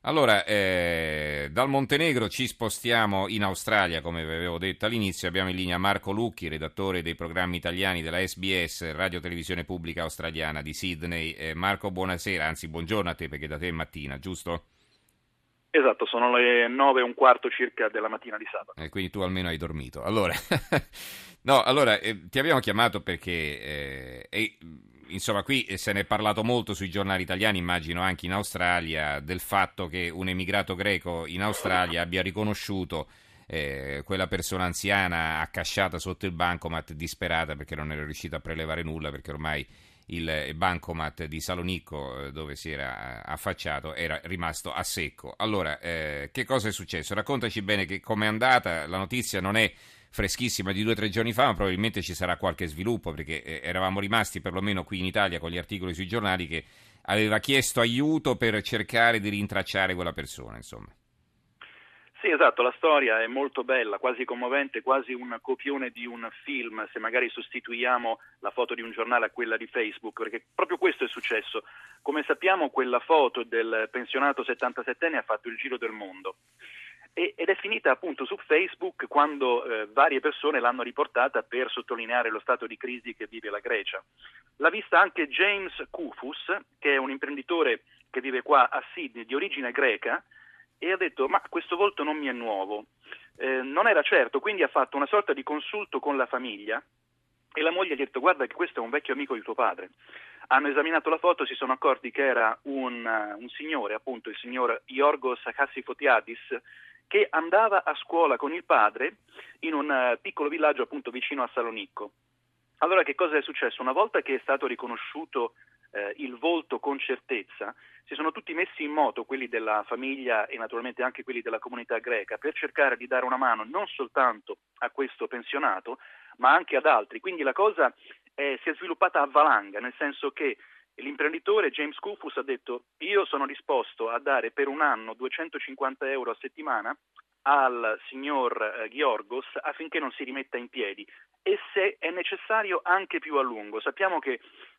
Allora, dal Montenegro ci spostiamo in Australia, come vi avevo detto all'inizio. Abbiamo in linea Marco Lucchi, redattore dei programmi italiani della SBS, Radio Televisione Pubblica Australiana di Sydney. Marco, buonasera, anzi buongiorno a te perché da te è mattina, giusto? Esatto, sono le 9:15 circa della mattina di sabato. Quindi tu almeno hai dormito. Allora, no, allora ti abbiamo chiamato perché insomma qui se ne è parlato molto sui giornali italiani, immagino anche in Australia, del fatto che un emigrato greco in Australia abbia riconosciuto quella persona anziana accasciata sotto il bancomat, disperata perché non era riuscita a prelevare nulla, perché ormai il bancomat di Salonicco, dove si era affacciato, era rimasto a secco. Allora, che cosa è successo? Raccontaci bene com'è andata. La notizia non è freschissima, di 2 o 3 giorni fa, ma probabilmente ci sarà qualche sviluppo, perché eravamo rimasti, perlomeno qui in Italia, con gli articoli sui giornali, che aveva chiesto aiuto per cercare di rintracciare quella persona, insomma. Sì, esatto, la storia è molto bella, quasi commovente, quasi un copione di un film, se magari sostituiamo la foto di un giornale a quella di Facebook, perché proprio questo è successo. Come sappiamo, quella foto del pensionato 77enne ha fatto il giro del mondo ed è finita appunto su Facebook quando varie persone l'hanno riportata per sottolineare lo stato di crisi che vive la Grecia. L'ha vista anche James Koufos, che è un imprenditore che vive qua a Sydney, di origine greca, e ha detto: ma questo volto non mi è nuovo, non era certo, quindi ha fatto una sorta di consulto con la famiglia e la moglie gli ha detto: guarda che questo è un vecchio amico di tuo padre. Hanno esaminato la foto, si sono accorti che era un signore, appunto il signor Yorgos Chassifotiadis, che andava a scuola con il padre in un piccolo villaggio appunto vicino a Salonicco. Allora che cosa è successo? Una volta che è stato riconosciuto il volto con certezza, si sono tutti messi in moto, quelli della famiglia e naturalmente anche quelli della comunità greca, per cercare di dare una mano non soltanto a questo pensionato, ma anche ad altri. Quindi la cosa si è sviluppata a valanga, nel senso che l'imprenditore James Koufos ha detto: io sono disposto a dare per un anno 250 euro a settimana al signor Giorgos affinché non si rimetta in piedi, e se è necessario anche più a lungo. Sappiamo che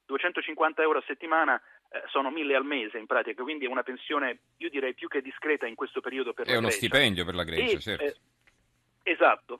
250 euro a settimana sono 1.000 al mese in pratica, quindi è una pensione, io direi, più che discreta in questo periodo per È la uno Grecia. stipendio per la Grecia, certo. Esatto.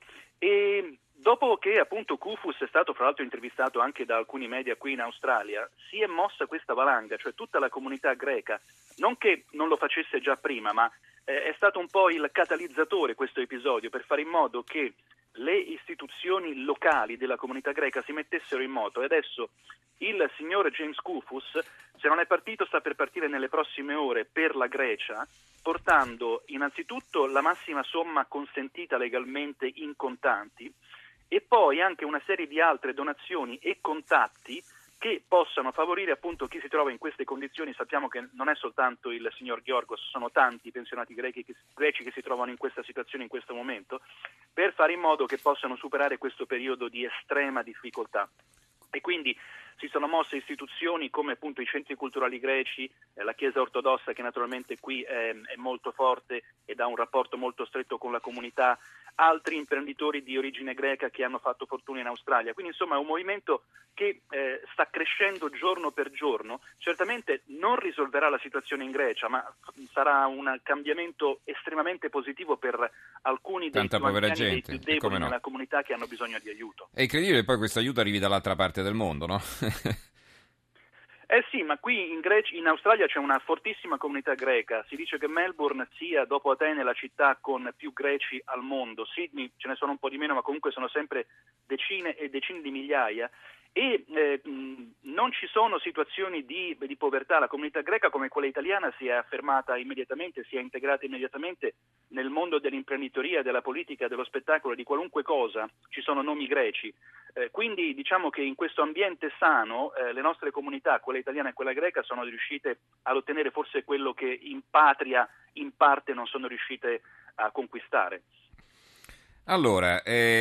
E dopo che appunto Koufos è stato fra l'altro intervistato anche da alcuni media qui in Australia, si è mossa questa valanga, cioè tutta la comunità greca, non che non lo facesse già prima, ma è stato un po' il catalizzatore questo episodio per fare in modo che le istituzioni locali della comunità greca si mettessero in moto, e adesso il signor James Koufos, se non è partito, sta per partire nelle prossime ore per la Grecia, portando innanzitutto la massima somma consentita legalmente in contanti e poi anche una serie di altre donazioni e contatti che possano favorire appunto chi si trova in queste condizioni. Sappiamo che non è soltanto il signor Giorgos, sono tanti pensionati greci che si trovano in questa situazione in questo momento, per fare in modo che possano superare questo periodo di estrema difficoltà. E quindi si sono mosse istituzioni come appunto i centri culturali greci, la Chiesa ortodossa, che naturalmente qui è molto forte ed ha un rapporto molto stretto con la comunità, altri imprenditori di origine greca che hanno fatto fortuna in Australia. Quindi insomma è un movimento che sta crescendo giorno per giorno. Certamente non risolverà la situazione in Grecia, ma sarà un cambiamento estremamente positivo per alcuni dei Tanta più povera anziani, dei più gente, e come deboli no. nella comunità, che hanno bisogno di aiuto. È incredibile che poi questo aiuto arrivi dall'altra parte del mondo, no? Eh sì, ma qui in Australia c'è una fortissima comunità greca. Si dice che Melbourne sia, dopo Atene, la città con più greci al mondo. Sydney ce ne sono un po' di meno, ma comunque sono sempre decine e decine di migliaia. E non ci sono situazioni di povertà. La comunità greca, come quella italiana, si è affermata immediatamente, si è integrata immediatamente nel mondo dell'imprenditoria, della politica, dello spettacolo, di qualunque cosa. Ci sono nomi greci. Quindi diciamo che in questo ambiente sano le nostre comunità, quella italiana e quella greca, sono riuscite ad ottenere forse quello che in patria in parte non sono riuscite a conquistare. Allora,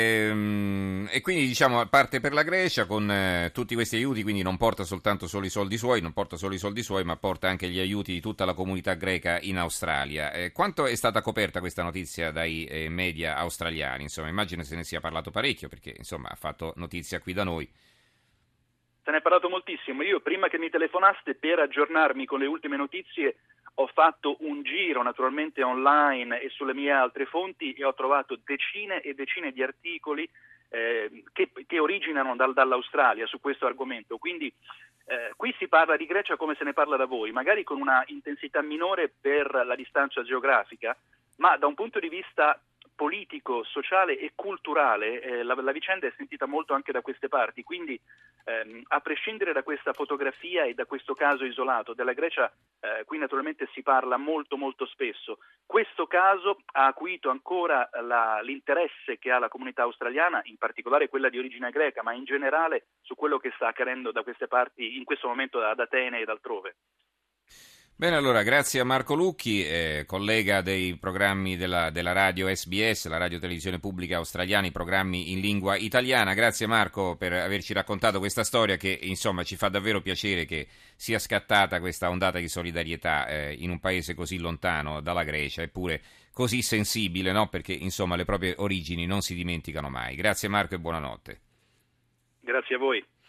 e quindi diciamo parte per la Grecia con tutti questi aiuti, quindi non porta soltanto solo i soldi suoi, non porta solo i soldi suoi, ma porta anche gli aiuti di tutta la comunità greca in Australia. Quanto è stata coperta questa notizia dai media australiani? Insomma, immagino se ne sia parlato parecchio, perché insomma ha fatto notizia qui da noi. Se ne è parlato moltissimo. Io, prima che mi telefonaste per aggiornarmi con le ultime notizie, ho fatto un giro naturalmente online e sulle mie altre fonti e ho trovato decine e decine di articoli che originano dall'Australia su questo argomento. Quindi qui si parla di Grecia come se ne parla da voi, magari con una intensità minore per la distanza geografica, ma da un punto di vista politico, sociale e culturale la vicenda è sentita molto anche da queste parti, quindi a prescindere da questa fotografia e da questo caso isolato della Grecia, qui naturalmente si parla molto molto spesso. Questo caso ha acuito ancora l'interesse che ha la comunità australiana, in particolare quella di origine greca, ma in generale su quello che sta accadendo da queste parti in questo momento ad Atene ed altrove. Bene, allora, grazie a Marco Lucchi, collega dei programmi della radio SBS, la radio televisione pubblica australiana, i programmi in lingua italiana. Grazie Marco per averci raccontato questa storia che, insomma, ci fa davvero piacere che sia scattata questa ondata di solidarietà in un paese così lontano dalla Grecia, eppure così sensibile, no? Perché, insomma, le proprie origini non si dimenticano mai. Grazie Marco e buonanotte. Grazie a voi.